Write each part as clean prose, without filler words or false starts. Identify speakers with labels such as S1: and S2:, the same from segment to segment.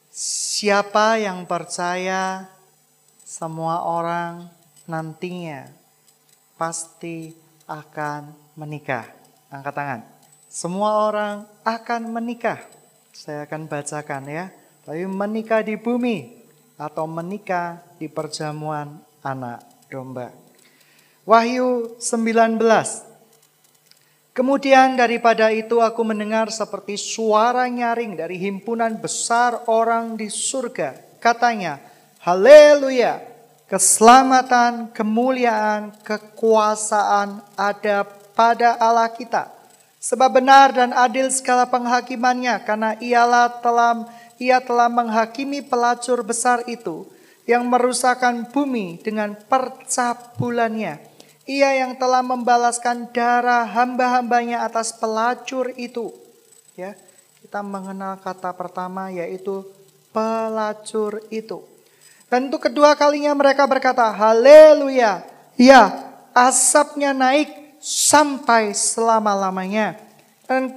S1: Siapa yang percaya, semua orang nantinya pasti akan menikah. Angkat tangan. Semua orang akan menikah. Saya akan bacakan ya. Tapi menikah di bumi atau menikah di perjamuan anak domba. Wahyu 19. Kemudian daripada itu aku mendengar seperti suara nyaring dari himpunan besar orang di surga. Katanya, haleluya, keselamatan, kemuliaan, kekuasaan ada pada Allah kita. Sebab benar dan adil segala penghakimannya, karena ia telah menghakimi pelacur besar itu yang merusakkan bumi dengan percabulannya. Ia yang telah membalaskan darah hamba-hambanya atas pelacur itu. Ya, kita mengenal kata pertama yaitu pelacur itu. Dan untuk kedua kalinya mereka berkata, haleluya. Ya, asapnya naik sampai selama-lamanya. Dan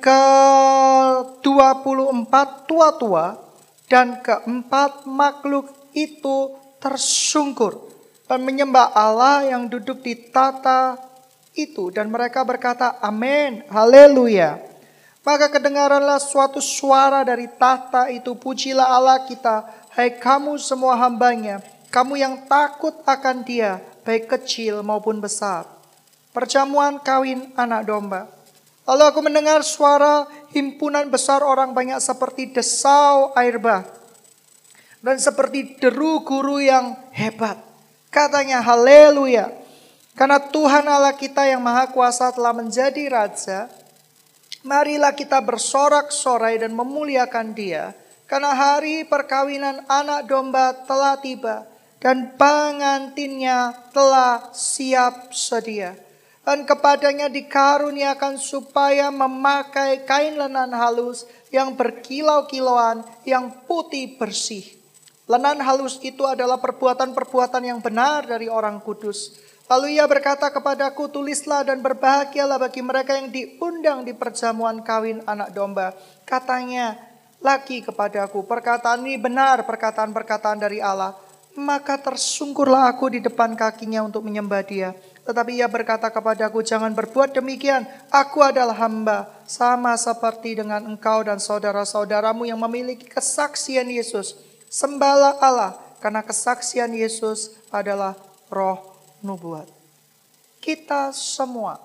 S1: ke-24 tua-tua dan keempat makhluk itu tersungkur dan menyembah Allah yang duduk di tata itu. Dan mereka berkata, amin, haleluya. Maka kedengaranlah suatu suara dari tahta itu, pujilah Allah kita, hai kamu semua hambanya, kamu yang takut akan Dia, baik kecil maupun besar. Perjamuan kawin anak domba. Lalu aku mendengar suara himpunan besar orang banyak seperti desau air bah dan seperti deru guru yang hebat. Katanya, haleluya, karena Tuhan Allah kita yang maha kuasa telah menjadi Raja. Marilah kita bersorak-sorai dan memuliakan Dia, karena hari perkawinan anak domba telah tiba, dan pengantinnya telah siap sedia. Dan kepadanya dikaruniakan supaya memakai kain lenan halus yang berkilau-kilauan, yang putih bersih. Lenan halus itu adalah perbuatan-perbuatan yang benar dari orang kudus. Lalu ia berkata kepadaku, tulislah dan berbahagialah bagi mereka yang diundang di perjamuan kawin anak domba. Katanya lagi kepadaku, perkataan ini benar, perkataan-perkataan dari Allah. Maka tersungkurlah aku di depan kakinya untuk menyembah Dia. Tetapi ia berkata kepadaku, jangan berbuat demikian. Aku adalah hamba, sama seperti dengan engkau dan saudara-saudaramu yang memiliki kesaksian Yesus. Sembahlah Allah, karena kesaksian Yesus adalah roh nubuat. Kita semua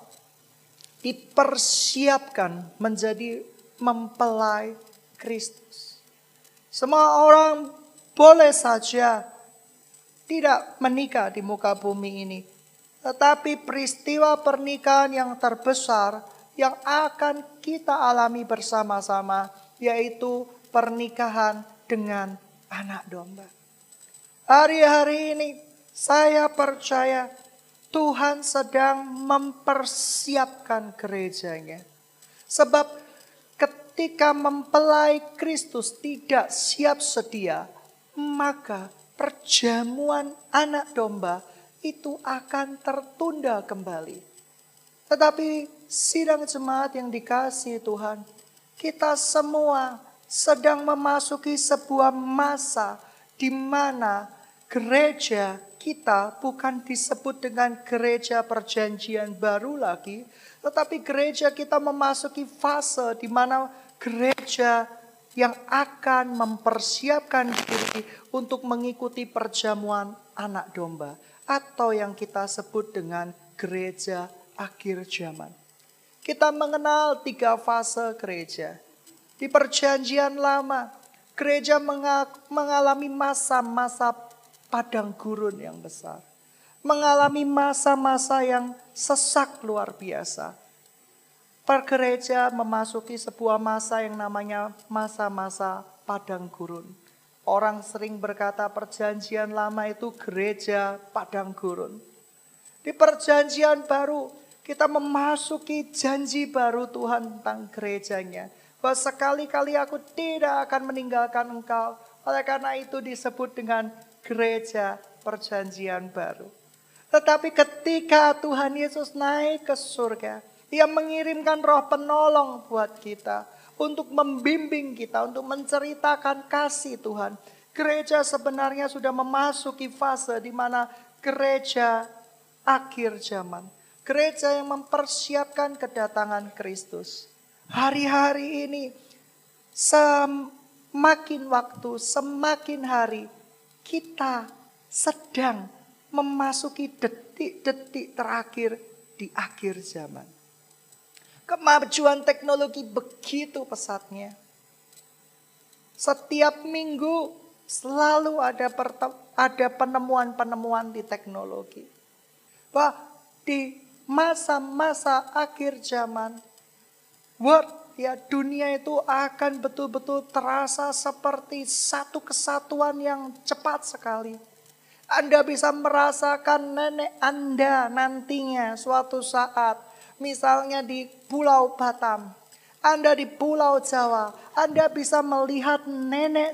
S1: dipersiapkan menjadi mempelai Kristus. Semua orang boleh saja tidak menikah di muka bumi ini. Tetapi peristiwa pernikahan yang terbesar yang akan kita alami bersama-sama, yaitu pernikahan dengan anak domba. Hari-hari ini saya percaya Tuhan sedang mempersiapkan gerejanya. Sebab ketika mempelai Kristus tidak siap sedia, maka perjamuan anak domba itu akan tertunda kembali. Tetapi sidang jemaat yang dikasihi Tuhan, kita semua sedang memasuki sebuah masa di mana gereja kita bukan disebut dengan gereja perjanjian baru lagi, tetapi gereja kita memasuki fase di mana gereja yang akan mempersiapkan diri untuk mengikuti perjamuan anak domba, atau yang kita sebut dengan gereja akhir zaman. Kita mengenal 3 fase gereja. Di perjanjian lama, gereja mengalami masa-masa padang gurun yang besar. Mengalami masa-masa yang sesak luar biasa. Pergereja memasuki sebuah masa yang namanya masa-masa padang gurun. Orang sering berkata perjanjian lama itu gereja padang gurun. Di perjanjian baru, kita memasuki janji baru Tuhan tentang gerejanya. Bahwa sekali-kali aku tidak akan meninggalkan engkau. Oleh karena itu disebut dengan gereja perjanjian baru. Tetapi ketika Tuhan Yesus naik ke surga, Dia mengirimkan roh penolong buat kita. untuk membimbing kita, untuk menceritakan kasih Tuhan. Gereja sebenarnya sudah memasuki fase di mana gereja akhir zaman. Gereja yang mempersiapkan kedatangan Kristus. Hari-hari ini semakin waktu, semakin hari kita sedang memasuki detik-detik terakhir di akhir zaman. Kemajuan teknologi begitu pesatnya. Setiap minggu selalu ada penemuan-penemuan di teknologi. Bahwa di masa-masa akhir zaman, dunia itu akan betul-betul terasa seperti satu kesatuan yang cepat sekali. Anda bisa merasakan nenek Anda nantinya suatu saat. Misalnya di Pulau Batam. Anda di Pulau Jawa. Anda bisa melihat nenek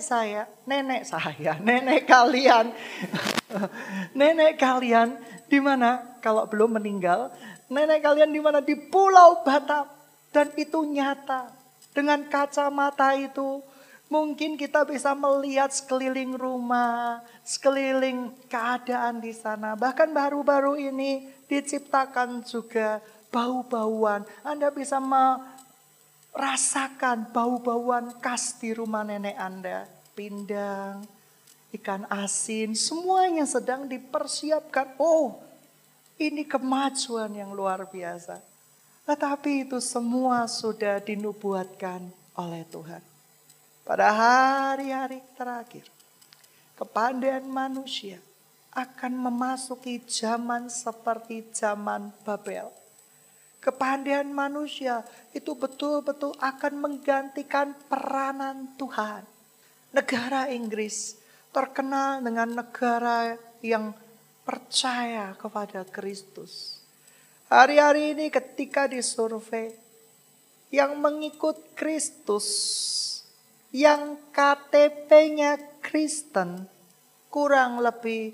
S1: kalian. Nenek kalian di mana kalau belum meninggal. Nenek kalian di mana? Di Pulau Batam. Dan itu nyata. Dengan kacamata itu. Mungkin kita bisa melihat sekeliling rumah, sekeliling keadaan di sana. Bahkan baru-baru ini diciptakan juga bau-bauan. Anda bisa merasakan bau-bauan khas di rumah nenek Anda. Pindang, ikan asin, semuanya sedang dipersiapkan. Oh, ini kemajuan yang luar biasa. Tetapi itu semua sudah dinubuatkan oleh Tuhan. Pada hari-hari terakhir, kepandaian manusia akan memasuki zaman seperti zaman Babel. Kepandaian manusia itu betul-betul akan menggantikan peranan Tuhan. Negara Inggris terkenal dengan negara yang percaya kepada Kristus. Hari-hari ini ketika disurvei, yang mengikut Kristus, yang KTP-nya Kristen kurang lebih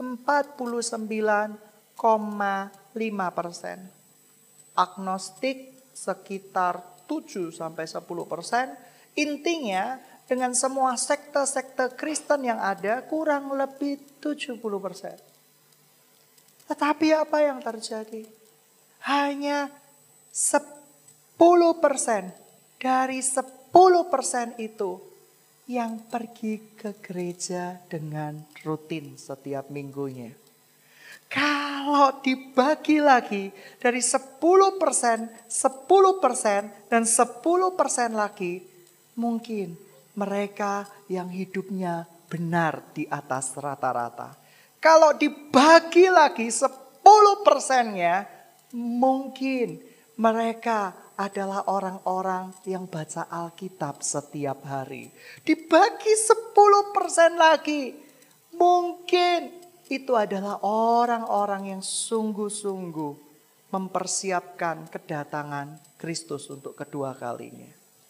S1: 49,5%. Agnostik sekitar 7-10%. Intinya dengan semua sekte-sekte Kristen yang ada kurang lebih 70%. Tetapi apa yang terjadi? Hanya 10% dari 10% itu yang pergi ke gereja dengan rutin setiap minggunya. Kalau dibagi lagi dari 10%, 10% dan 10% lagi, mungkin mereka yang hidupnya benar di atas rata-rata. Kalau dibagi lagi 10%-nya, mungkin mereka adalah orang-orang yang baca Alkitab setiap hari. Dibagi 10% lagi, mungkin itu adalah orang-orang yang sungguh-sungguh mempersiapkan kedatangan Kristus untuk kedua kalinya.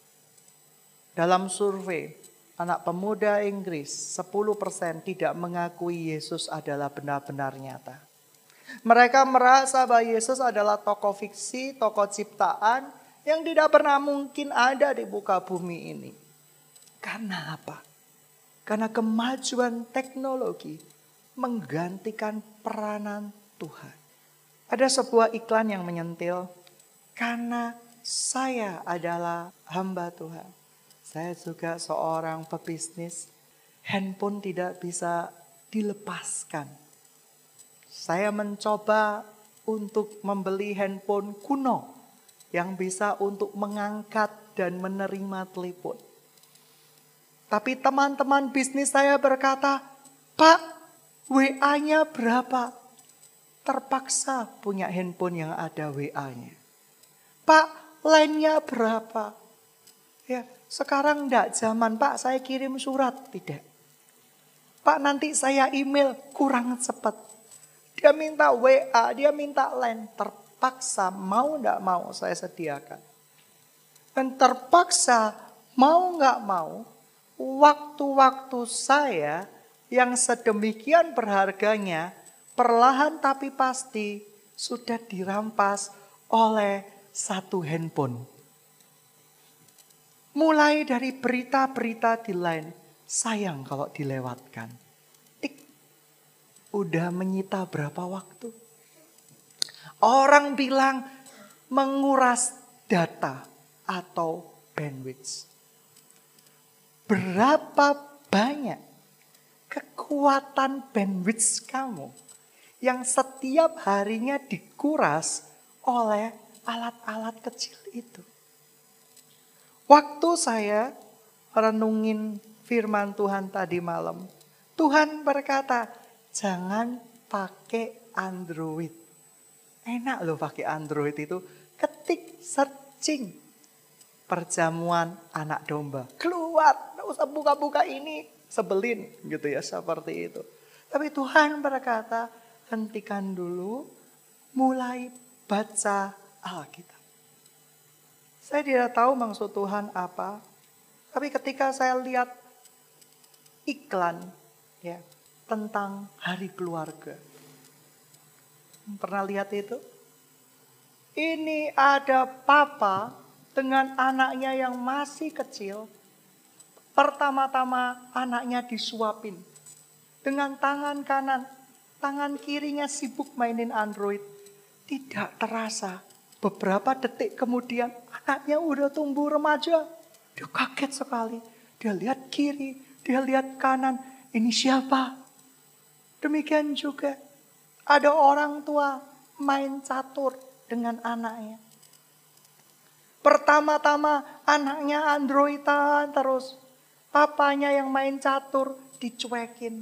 S1: Dalam survei, anak pemuda Inggris 10% tidak mengakui Yesus adalah benar-benar nyata. Mereka merasa bahwa Yesus adalah tokoh fiksi, tokoh ciptaan yang tidak pernah mungkin ada di muka bumi ini. Karena apa? Karena kemajuan teknologi menggantikan peranan Tuhan. Ada sebuah iklan yang menyentil, karena saya adalah hamba Tuhan. Saya juga seorang pebisnis, handphone tidak bisa dilepaskan. Saya mencoba untuk membeli handphone kuno yang bisa untuk mengangkat dan menerima telepon. Tapi teman-teman bisnis saya berkata, Pak, WA-nya berapa? Terpaksa punya handphone yang ada WA-nya. Pak, line-nya berapa? Ya, sekarang enggak zaman, Pak, saya kirim surat. Tidak. Pak, nanti saya email, kurang cepat. Dia minta WA, dia minta line. Terpaksa mau enggak mau saya sediakan. Dan terpaksa mau enggak mau, waktu-waktu saya yang sedemikian berharganya, perlahan tapi pasti sudah dirampas oleh satu handphone. Mulai dari berita-berita di line, sayang kalau dilewatkan. Tik, udah menyita berapa waktu? Orang bilang menguras data atau bandwidth. Berapa banyak kekuatan bandwidth kamu yang setiap harinya dikuras oleh alat-alat kecil itu? Waktu saya renungin firman Tuhan tadi malam, Tuhan berkata, jangan pakai Android. Enak loh pakai Android itu. Ketik searching perjamuan anak domba. Keluar, nggak usah buka-buka ini. Sebelin gitu ya, seperti itu. Tapi Tuhan berkata, hentikan dulu, mulai baca Alkitab. Saya tidak tahu maksud Tuhan apa. Tapi ketika saya lihat iklan ya tentang hari keluarga. Pernah lihat itu? Ini ada papa dengan anaknya yang masih kecil. Pertama-tama anaknya disuapin dengan tangan kanan. Tangan kirinya sibuk mainin Android. Tidak terasa. Beberapa detik kemudian anaknya udah tumbuh remaja. Dia kaget sekali. Dia lihat kiri, dia lihat kanan. Ini siapa? Demikian juga ada orang tua main catur dengan anaknya. Pertama-tama anaknya Androidan terus. Papanya yang main catur dicuekin.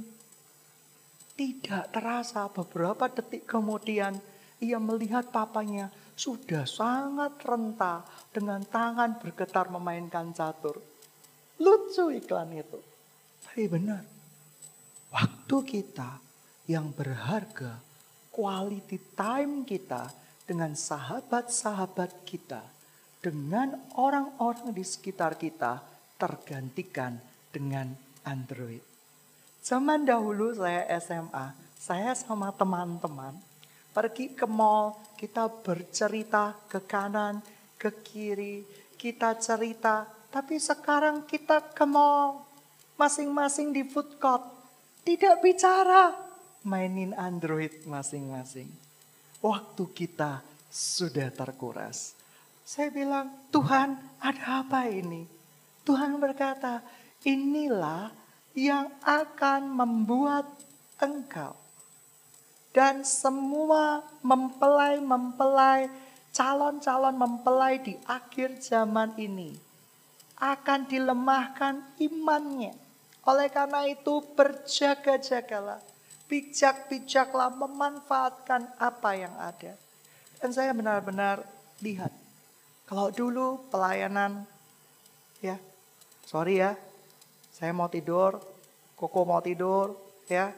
S1: Tidak terasa beberapa detik kemudian ia melihat papanya sudah sangat renta dengan tangan bergetar memainkan catur. Lucu iklan itu. Tapi benar. Waktu kita yang berharga, quality time kita dengan sahabat-sahabat kita, dengan orang-orang di sekitar kita tergantikan dengan Android. Zaman dahulu saya SMA, saya sama teman-teman pergi ke mall, kita bercerita ke kanan, ke kiri, kita cerita. Tapi sekarang kita ke mall, masing-masing di food court. Tidak bicara, mainin Android masing-masing. Waktu kita sudah terkuras. Saya bilang, Tuhan ada apa ini? Tuhan berkata, inilah yang akan membuat engkau dan semua mempelai-mempelai, calon-calon mempelai di akhir zaman ini akan dilemahkan imannya. Oleh karena itu berjaga-jagalah, bijak-bijaklah memanfaatkan apa yang ada. Dan saya benar-benar lihat, kalau dulu pelayanan, ya, sorry ya, saya mau tidur, Koko mau tidur, ya.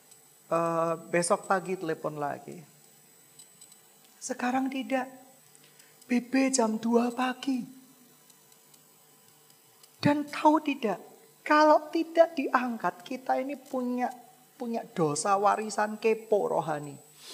S1: Besok pagi telepon lagi. Sekarang tidak. BB jam 2 pagi. Dan tahu tidak, kalau tidak diangkat, kita ini punya dosa warisan kepo rohani.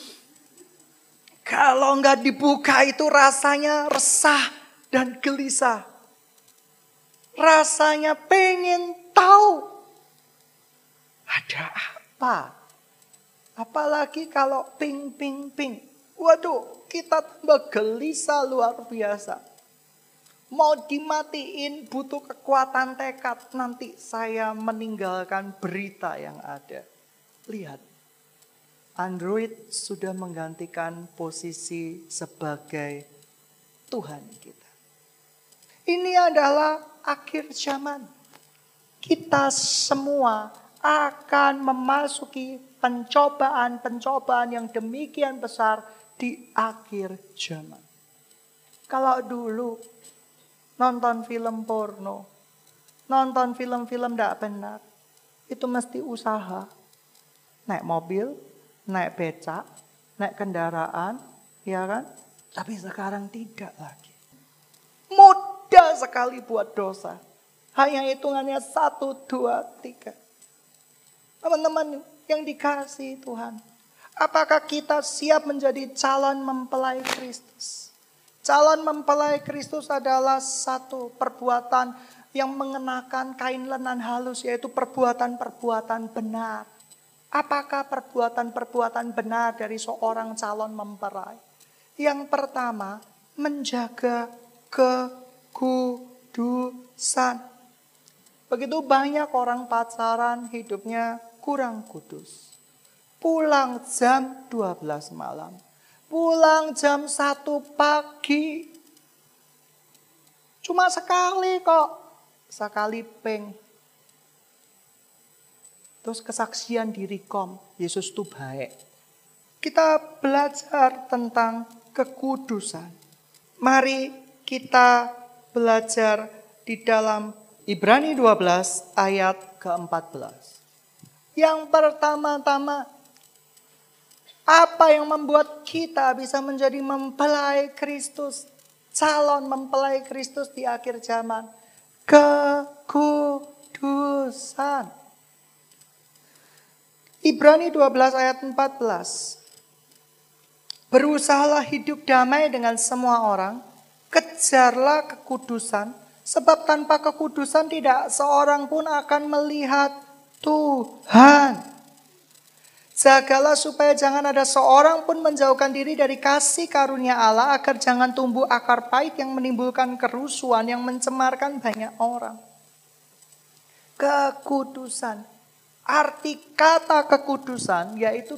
S1: Kalau nggak dibuka itu rasanya resah dan gelisah. Rasanya pengen tahu ada apa. Apalagi kalau ping. Waduh, kita tambah gelisah luar biasa. Mau dimatiin butuh kekuatan tekad. Nanti saya meninggalkan berita yang ada. Lihat, Android sudah menggantikan posisi sebagai Tuhan kita. Ini adalah akhir zaman. Kita semua akan memasuki pencobaan-pencobaan yang demikian besar di akhir zaman. Kalau dulu nonton film porno, nonton film-film tidak benar, itu mesti usaha. Naik mobil, naik becak, naik kendaraan, ya kan? Tapi sekarang tidak lagi. Mudah sekali buat dosa. Hanya hitungannya 1, 2, 3. Teman-teman yang dikasihi Tuhan, apakah kita siap menjadi calon mempelai Kristus? Calon mempelai Kristus adalah satu perbuatan yang mengenakan kain lenan halus, yaitu perbuatan-perbuatan benar. Apakah perbuatan-perbuatan benar dari seorang calon mempelai? Yang pertama, menjaga kekudusan. Begitu banyak orang pacaran hidupnya kurang kudus. Pulang jam 12 malam. Pulang jam 1 pagi. Cuma sekali kok. Sekali ping. Terus kesaksian di Rekom. Yesus itu baik. Kita belajar tentang kekudusan. Mari kita belajar di dalam Ibrani 12 ayat ke-14. Yang pertama-tama, apa yang membuat kita bisa menjadi mempelai Kristus, calon mempelai Kristus di akhir zaman? Kekudusan. Ibrani 12 ayat 14. Berusahalah hidup damai dengan semua orang, kejarlah kekudusan, sebab tanpa kekudusan tidak seorang pun akan melihat Tuhan. Jagalah supaya jangan ada seorang pun menjauhkan diri dari kasih karunia Allah, agar jangan tumbuh akar pahit yang menimbulkan kerusuhan yang mencemarkan banyak orang. Kekudusan. Arti kata kekudusan yaitu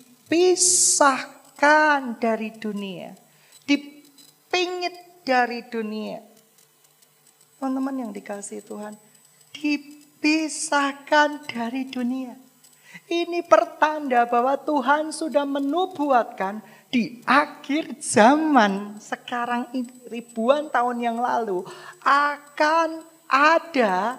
S1: dipisahkan dari dunia. Dipingit dari dunia. Teman-teman yang dikasihi Tuhan, dipisahkan dari dunia. Ini pertanda bahwa Tuhan sudah menubuatkan di akhir zaman sekarang ini, ribuan tahun yang lalu, akan ada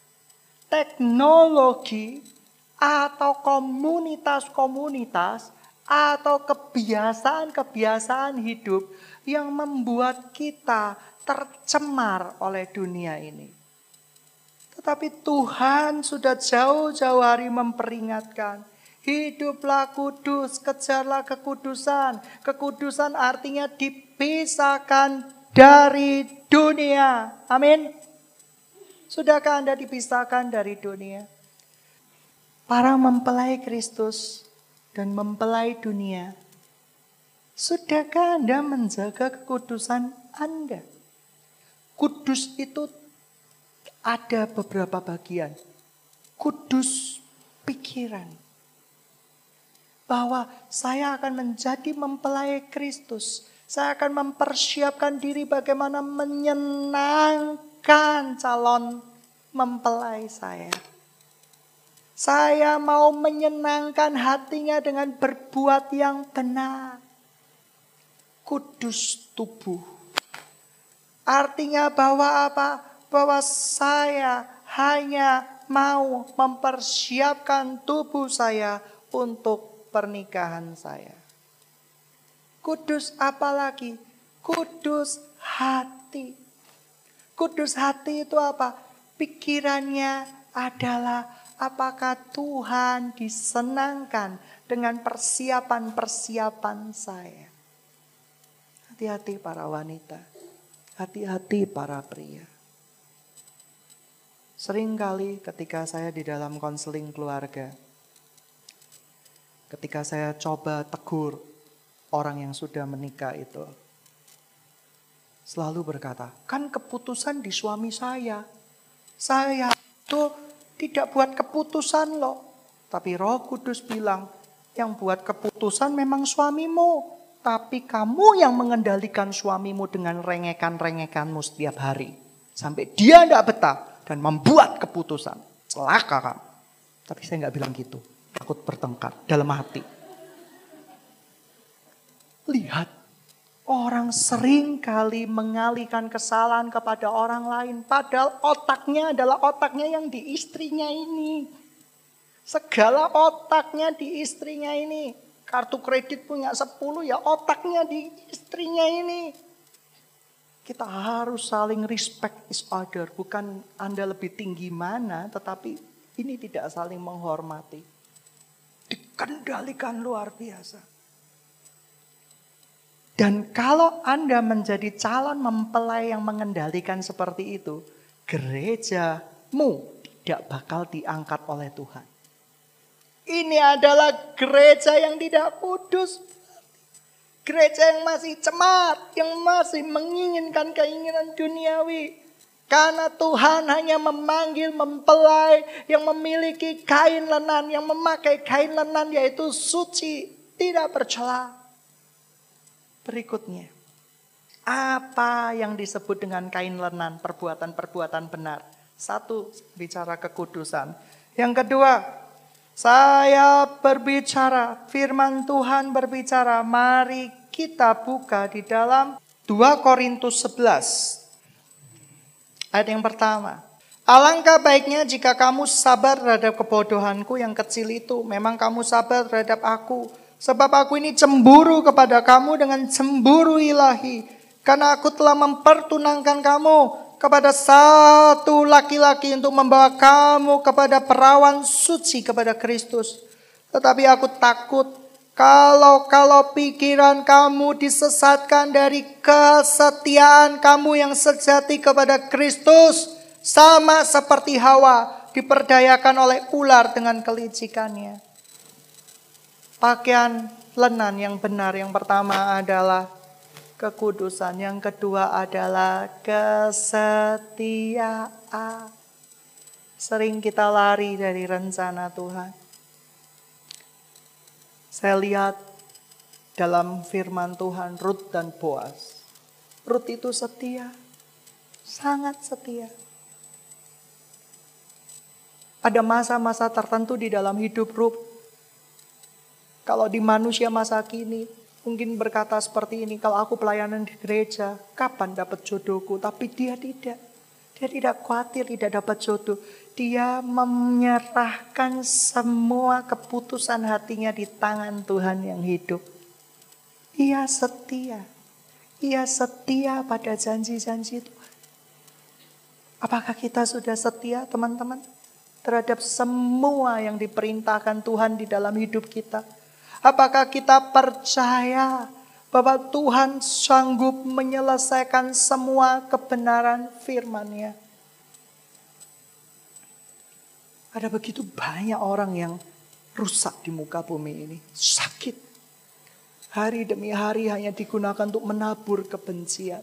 S1: teknologi atau komunitas-komunitas atau kebiasaan-kebiasaan hidup yang membuat kita tercemar oleh dunia ini. Tetapi Tuhan sudah jauh-jauh hari memperingatkan. Hiduplah kudus, kejarlah kekudusan. Kekudusan artinya dipisahkan dari dunia. Amin. Sudahkah Anda dipisahkan dari dunia? Para mempelai Kristus dan mempelai dunia. Sudahkah Anda menjaga kekudusan Anda? Kudus itu ada beberapa bagian. Kudus pikiran. Bahwa saya akan menjadi mempelai Kristus. Saya akan mempersiapkan diri bagaimana menyenangkan calon mempelai saya. Saya mau menyenangkan hatinya dengan berbuat yang benar. Kudus tubuh. Artinya bahwa apa? Bahwa saya hanya mau mempersiapkan tubuh saya untuk pernikahan saya. Kudus apalagi? Kudus hati. Kudus hati itu apa? Pikirannya adalah apakah Tuhan disenangkan dengan persiapan-persiapan saya. Hati-hati para wanita. Hati-hati para pria. Seringkali ketika saya di dalam konseling keluarga, ketika saya coba tegur orang yang sudah menikah itu, selalu berkata, kan keputusan di suami saya. Saya itu tidak buat keputusan loh. Tapi Roh Kudus bilang, yang buat keputusan memang suamimu. Tapi kamu yang mengendalikan suamimu dengan rengekan-rengekanmu setiap hari. Sampai dia tidak betah. Dan membuat keputusan. Celaka kamu. Tapi saya nggak bilang gitu. Takut bertengkar dalam hati. Lihat. Orang sering kali mengalihkan kesalahan kepada orang lain. Padahal otaknya adalah otaknya yang di istrinya ini. Segala otaknya di istrinya ini. Kartu kredit punya 10 ya otaknya di istrinya ini. Kita harus saling respect each other. Bukan Anda lebih tinggi mana, tetapi ini tidak saling menghormati. Dikendalikan luar biasa. Dan kalau Anda menjadi calon mempelai yang mengendalikan seperti itu, gerejamu tidak bakal diangkat oleh Tuhan. Ini adalah gereja yang tidak kudus. Gereja yang masih cemat, yang masih menginginkan keinginan duniawi. Karena Tuhan hanya memanggil mempelai yang memiliki kain lenan, yang memakai kain lenan yaitu suci, tidak bercela. Berikutnya, apa yang disebut dengan kain lenan, perbuatan-perbuatan benar? Satu, bicara kekudusan. Yang kedua, saya berbicara, firman Tuhan berbicara, mari kita buka di dalam 2 Korintus 11. Ayat yang pertama. Alangkah baiknya jika kamu sabar terhadap kebodohanku yang kecil itu. Memang kamu sabar terhadap aku. Sebab aku ini cemburu kepada kamu dengan cemburu ilahi. Karena aku telah mempertunangkan kamu kepada satu laki-laki untuk membawa kamu kepada perawan suci kepada Kristus. Tetapi aku takut kalau pikiran kamu disesatkan dari kesetiaan kamu yang sejati kepada Kristus. Sama seperti Hawa diperdayakan oleh ular dengan kelicikannya. Pakaian lenan yang benar yang pertama adalah kekudusan. Yang kedua adalah kesetiaan. Sering kita lari dari rencana Tuhan. Saya lihat dalam firman Tuhan Rut dan Boaz. Rut itu setia. Sangat setia. Ada masa-masa tertentu di dalam hidup Rut. Kalau di manusia masa kini, mungkin berkata seperti ini, kalau aku pelayanan di gereja, kapan dapat jodohku? Tapi dia tidak. Dia tidak khawatir tidak dapat jodoh. Dia menyerahkan semua keputusan hatinya di tangan Tuhan yang hidup. Ia setia. Ia setia pada janji-janji Tuhan. Apakah kita sudah setia, teman-teman? Terhadap semua yang diperintahkan Tuhan di dalam hidup kita. Apakah kita percaya bahwa Tuhan sanggup menyelesaikan semua kebenaran firman-Nya? Ada begitu banyak orang yang rusak di muka bumi ini. Sakit. Hari demi hari hanya digunakan untuk menabur kebencian.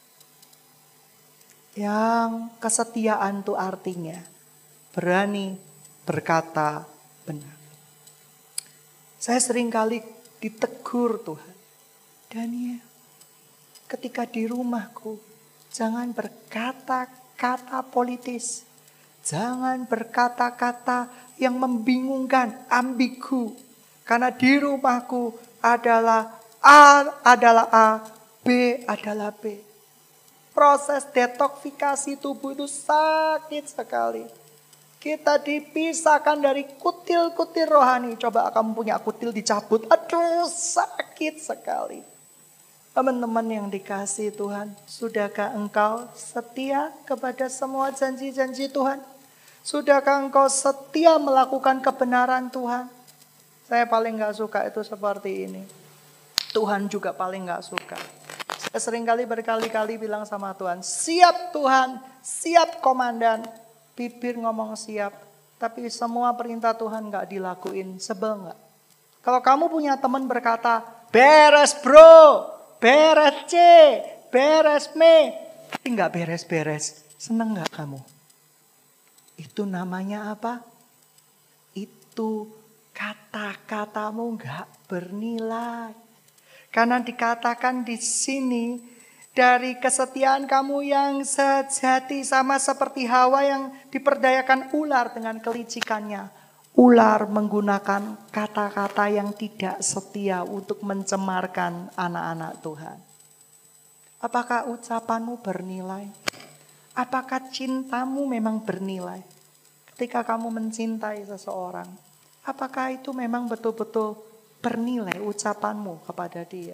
S1: Yang kesetiaan itu artinya berani berkata benar. Saya seringkali ditegur Tuhan. Daniel, ketika di rumahku, jangan berkata-kata politis. Jangan berkata-kata yang membingungkan, ambigu. Karena di rumahku adalah A adalah A, B adalah B. Proses detoksifikasi tubuh itu sakit sekali. Kita dipisahkan dari kutil-kutil rohani. Coba kamu punya kutil dicabut. Aduh, sakit sekali. Teman-teman yang dikasihi Tuhan. Sudahkah engkau setia kepada semua janji-janji Tuhan? Sudahkah engkau setia melakukan kebenaran Tuhan? Saya paling gak suka itu seperti ini. Tuhan juga paling gak suka. Saya seringkali berkali-kali bilang sama Tuhan. Siap Tuhan, siap komandan. Bibir ngomong siap, tapi semua perintah Tuhan gak dilakuin. Sebel gak? Kalau kamu punya teman berkata, beres bro, beres C, beres me, tapi gak beres-beres, seneng gak kamu? Itu namanya apa? Itu kata-katamu gak bernilai. Karena dikatakan di sini, dari kesetiaan kamu yang sejati sama seperti Hawa yang diperdayakan ular dengan kelicikannya. Ular menggunakan kata-kata yang tidak setia untuk mencemarkan anak-anak Tuhan. Apakah ucapanmu bernilai? Apakah cintamu memang bernilai? Ketika kamu mencintai seseorang, apakah itu memang betul-betul bernilai ucapanmu kepada dia?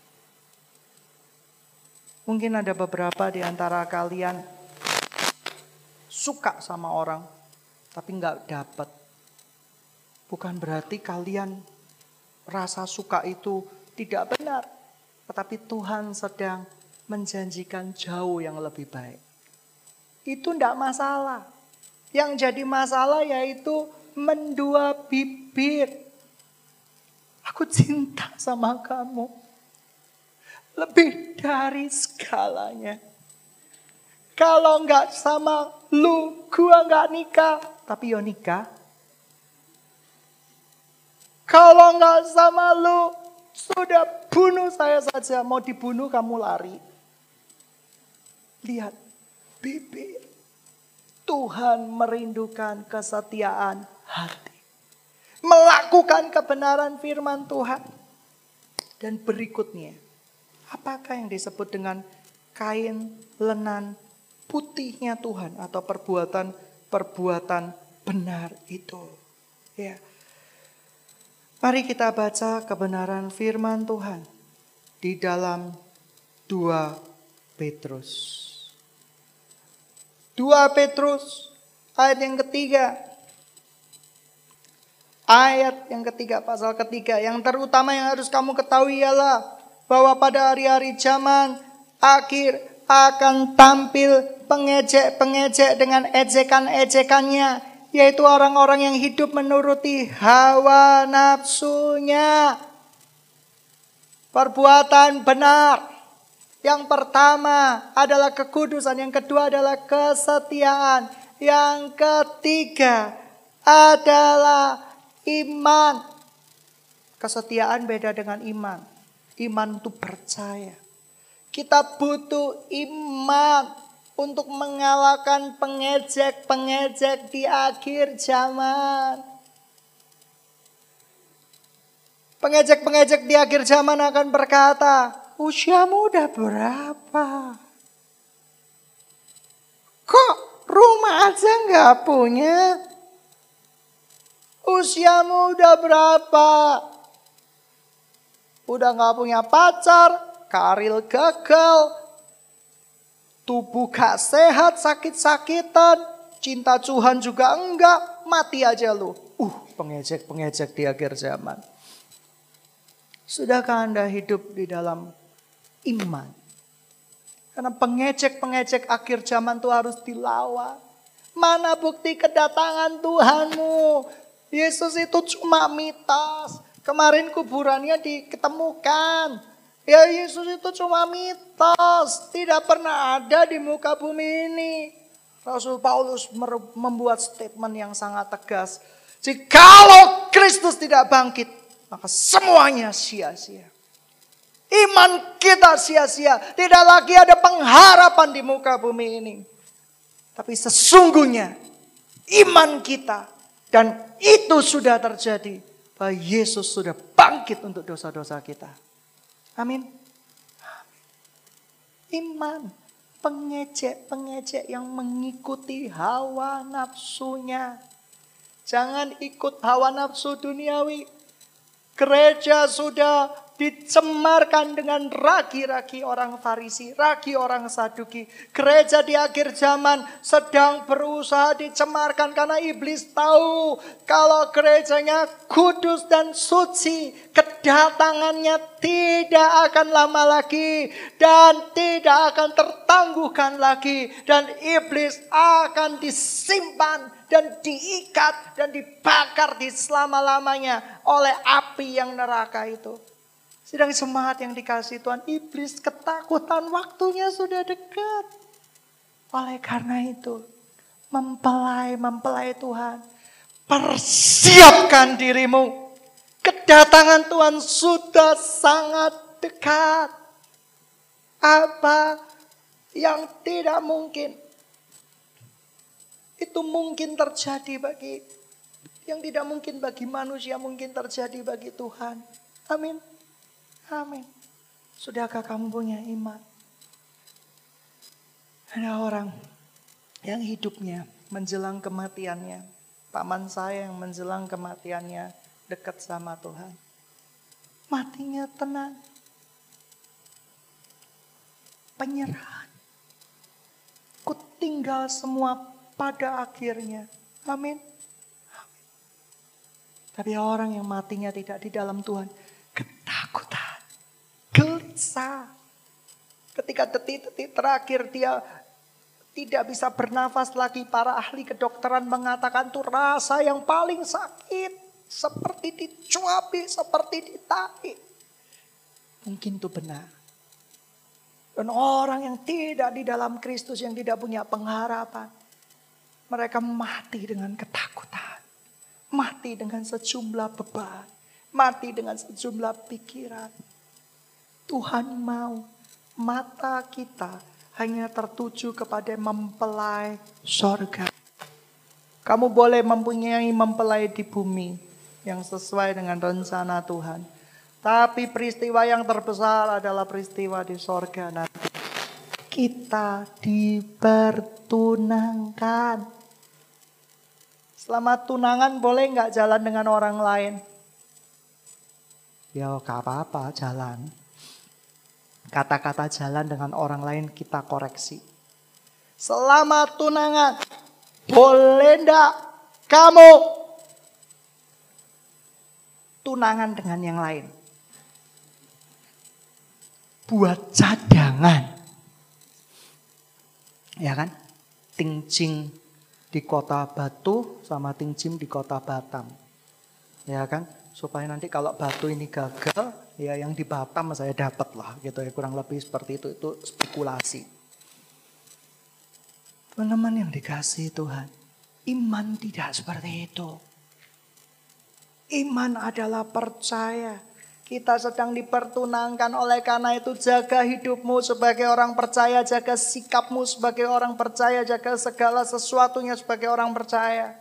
S1: Mungkin ada beberapa di antara kalian suka sama orang, tapi nggak dapat. Bukan berarti kalian rasa suka itu tidak benar. Tetapi Tuhan sedang menjanjikan jauh yang lebih baik. Itu tidak masalah. Yang jadi masalah yaitu mendua bibir. Aku cinta sama kamu. Lebih dari segalanya. Kalau enggak sama lu, gua enggak nikah. Tapi yo nikah. Kalau enggak sama lu, sudah bunuh saya saja. Mau dibunuh kamu lari. Lihat, bibir. Tuhan merindukan kesetiaan hati. Melakukan kebenaran firman Tuhan. Dan berikutnya, apakah yang disebut dengan kain lenan putihnya Tuhan atau perbuatan benar itu? Ya. Mari kita baca kebenaran firman Tuhan di dalam 2 Petrus. 2 Petrus ayat yang ketiga. Ayat yang ketiga, pasal ketiga. Yang terutama yang harus kamu ketahui ialah bahwa pada hari-hari zaman akhir akan tampil pengejek-pengejek dengan ejekan-ejekannya. Yaitu orang-orang yang hidup menuruti hawa nafsunya. Perbuatan benar. Yang pertama adalah kekudusan. Yang kedua adalah kesetiaan. Yang ketiga adalah iman. Kesetiaan beda dengan iman. Iman itu percaya. Kita butuh iman untuk mengalahkan pengejek-pengejek di akhir zaman. Pengejek-pengejek di akhir zaman akan berkata, usiamu udah berapa? Kok rumah aja nggak punya? Usiamu udah berapa? Udah nggak punya pacar, karir gagal, tubuh gak sehat, sakit-sakitan, cinta Tuhan juga enggak, mati aja lu. Pengejek-pengejek di akhir zaman. Sudahkah Anda hidup di dalam iman? Karena pengejek-pengejek akhir zaman itu harus dilawan. Mana bukti kedatangan Tuhanmu? Yesus itu cuma mitos. Kemarin kuburannya diketemukan. Ya Yesus itu cuma mitos. Tidak pernah ada di muka bumi ini. Rasul Paulus membuat statement yang sangat tegas. Jikalau Kristus tidak bangkit, maka semuanya sia-sia. Iman kita sia-sia. Tidak lagi ada pengharapan di muka bumi ini. Tapi sesungguhnya iman kita. Dan itu sudah terjadi. Bahwa Yesus sudah bangkit untuk dosa-dosa kita. Amin. Iman. Pengejek-pengejek yang mengikuti hawa nafsunya. Jangan ikut hawa nafsu duniawi. Gereja sudah dicemarkan dengan ragi-ragi orang Farisi, ragi orang Saduki. Gereja di akhir zaman sedang berusaha dicemarkan karena iblis tahu kalau gerejanya kudus dan suci, kedatangannya tidak akan lama lagi dan tidak akan tertangguhkan lagi, dan iblis akan disimpan dan diikat dan dibakar di selama-lamanya oleh api yang neraka itu. Sedang jemaat yang dikasihi Tuhan, iblis ketakutan waktunya sudah dekat. Oleh karena itu, mempelai Tuhan, persiapkan dirimu. Kedatangan Tuhan sudah sangat dekat. Apa yang tidak mungkin, itu mungkin terjadi bagi yang tidak mungkin bagi manusia, mungkin terjadi bagi Tuhan. Amin. Amin. Sudahkah kamu punya iman? Ada orang yang hidupnya menjelang kematiannya. Paman saya yang menjelang kematiannya dekat sama Tuhan. Matinya tenang. Penyerahan. Ku tinggal semua pada akhirnya. Amin. Amin. Tapi orang yang matinya tidak di dalam Tuhan, ketakutan, gelisah. disiksa. Ketika detik-detik terakhir dia tidak bisa bernafas lagi, para ahli kedokteran mengatakan itu rasa yang paling sakit. Seperti dicuapi, seperti ditarik. Mungkin itu benar. Dan orang yang tidak di dalam Kristus, yang tidak punya pengharapan, mereka mati dengan ketakutan. Mati dengan sejumlah beban. Mati dengan sejumlah pikiran. Tuhan mau mata kita hanya tertuju kepada mempelai sorga. Kamu boleh mempunyai mempelai di bumi yang sesuai dengan rencana Tuhan. Tapi peristiwa yang terbesar adalah peristiwa di sorga nanti. Kita dipertunangkan. Selama tunangan boleh nggak jalan dengan orang lain? Ya gak apa-apa jalan. Kata-kata jalan dengan orang lain kita koreksi. Selama tunangan, boleh enggak kamu tunangan dengan yang lain? Buat cadangan. Ya kan? Tingcing di kota Batu sama tingcing di kota Batam. Ya kan? Supaya nanti kalau Batu ini gagal, ya yang di Batam saya dapat lah gitu ya, kurang lebih seperti itu spekulasi. Teman-teman yang dikasihi Tuhan, iman tidak seperti itu. Iman adalah percaya. Kita sedang dipertunangkan, oleh karena itu jaga hidupmu sebagai orang percaya, jaga sikapmu sebagai orang percaya, jaga segala sesuatunya sebagai orang percaya.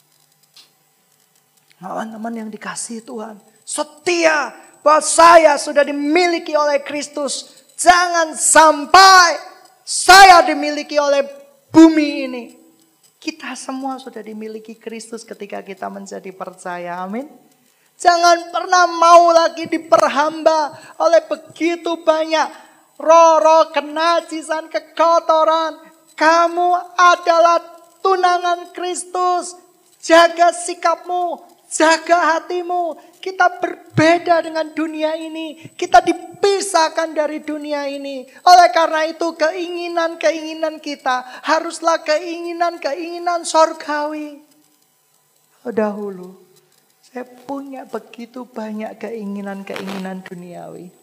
S1: Teman-teman yang dikasihi Tuhan, setia bahwa saya sudah dimiliki oleh Kristus. Jangan sampai saya dimiliki oleh bumi ini. Kita semua sudah dimiliki Kristus ketika kita menjadi percaya. Amin. Jangan pernah mau lagi diperhamba oleh begitu banyak roh-roh kenajisan, kekotoran. Kamu adalah tunangan Kristus. Jaga sikapmu. Jaga hatimu. Kita berbeda dengan dunia ini. Kita dipisahkan dari dunia ini. Oleh karena itu keinginan-keinginan kita haruslah keinginan-keinginan sorgawi. Dahulu saya punya begitu banyak keinginan-keinginan duniawi.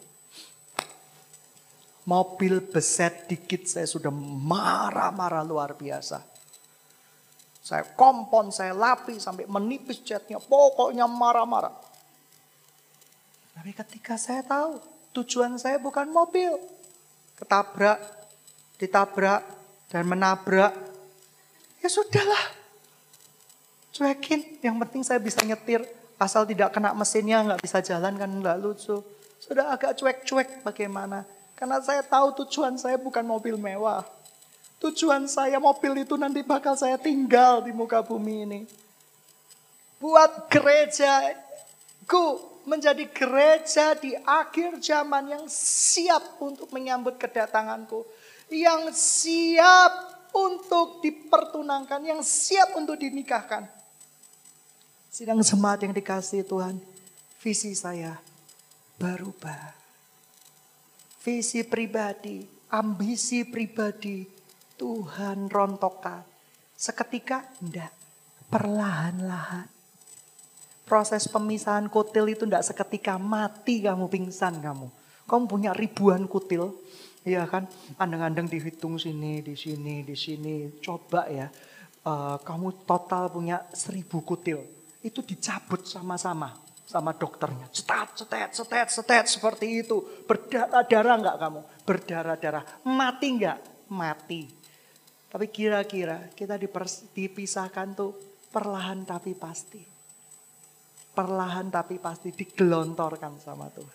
S1: Mobil beset dikit saya sudah marah-marah luar biasa. Saya kompon, saya lapi sampai menipis catnya. Pokoknya marah-marah. Tapi ketika saya tahu tujuan saya bukan mobil. Ketabrak, ditabrak, dan menabrak. Ya sudahlah. Cuekin. Yang penting saya bisa nyetir. Asal tidak kena mesinnya, nggak bisa jalan kan nggak lucu. Sudah agak cuek-cuek bagaimana. Karena saya tahu tujuan saya bukan mobil mewah. Tujuan saya mobil itu nanti bakal saya tinggal di muka bumi ini. Buat gerejaku menjadi gereja di akhir zaman yang siap untuk menyambut kedatanganku. Yang siap untuk dipertunangkan, yang siap untuk dinikahkan. Sidang jemaat yang dikasihi Tuhan, visi saya berubah. Visi pribadi, ambisi pribadi, Tuhan rontokkan. Seketika enggak, perlahan-lahan. Proses pemisahan kutil itu enggak seketika mati kamu pingsan kamu. Kamu punya ribuan kutil, ya kan? Andeng-andeng dihitung sini, di sini, di sini. Coba ya, kamu total punya 1000 kutil. Itu dicabut sama-sama sama dokternya. Cetet, seperti itu. Berdarah-darah enggak kamu? Berdarah-darah. Mati enggak? Mati. Tapi kira-kira kita dipisahkan tuh perlahan tapi pasti. Perlahan tapi pasti digelontorkan sama Tuhan.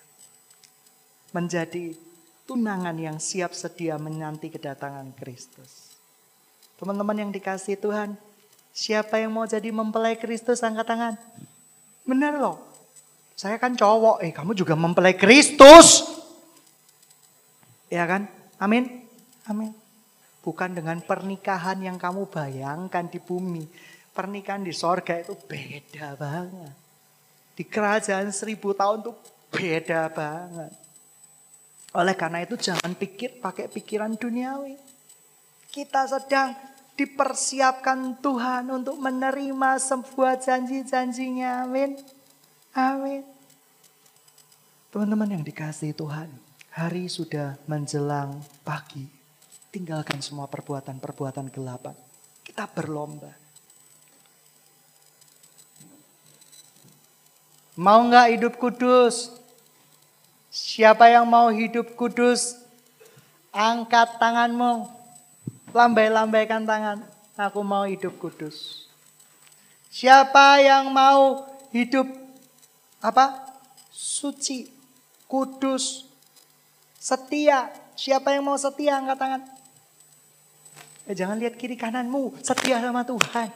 S1: Menjadi tunangan yang siap sedia menanti kedatangan Kristus. Teman-teman yang dikasihi Tuhan, siapa yang mau jadi mempelai Kristus angkat tangan? Benar loh. Saya kan cowok, kamu juga mempelai Kristus. Ya kan? Amin. Amin. Bukan dengan pernikahan yang kamu bayangkan di bumi. Pernikahan di sorga itu beda banget. Di kerajaan 1000 tahun itu beda banget. Oleh karena itu jangan pakai pikiran duniawi. Kita sedang dipersiapkan Tuhan untuk menerima sebuah janji-janjinya. Amin. Amin. Teman-teman yang dikasihi Tuhan, hari sudah menjelang pagi. Tinggalkan semua perbuatan-perbuatan gelap. Kita berlomba. Mau nggak hidup kudus? Siapa yang mau hidup kudus? Angkat tanganmu. Lambai-lambaikan tangan. Aku mau hidup kudus. Siapa yang mau hidup suci, kudus, setia. Siapa yang mau setia? Angkat tangan. Jangan lihat kiri kananmu. Setia sama Tuhan.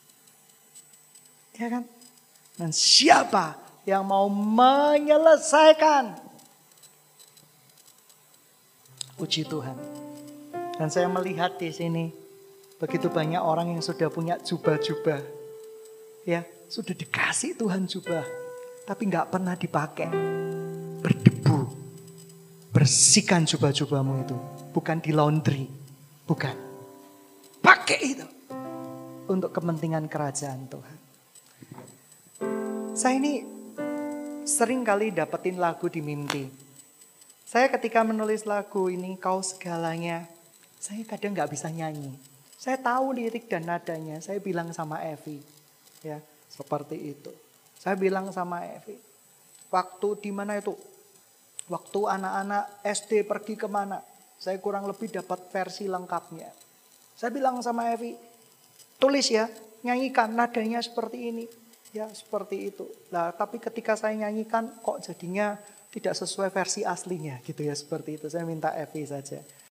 S1: Ya kan? Dan siapa yang mau menyelesaikan? Puji Tuhan. Dan saya melihat di sini begitu banyak orang yang sudah punya jubah-jubah. Ya, sudah dikasih Tuhan jubah, tapi nggak pernah dipakai. Berdebu. Bersihkan jubah-jubahmu itu, bukan di laundry, bukan. Pakai itu untuk kepentingan kerajaan Tuhan. Saya ini sering kali dapetin lagu di mimpi. Saya ketika menulis lagu ini, Kau Segalanya, saya kadang nggak bisa nyanyi. Saya tahu lirik dan nadanya. Saya bilang sama Evi, ya seperti itu. Saya bilang sama Evi, waktu di mana itu? Waktu anak-anak SD pergi kemana? Saya kurang lebih dapat versi lengkapnya. Saya bilang sama Evi, tulis ya, nyanyikan nadanya seperti ini, ya seperti itu. Nah, tapi ketika saya nyanyikan, kok jadinya tidak sesuai versi aslinya, gitu ya seperti itu. Saya minta Evi saja.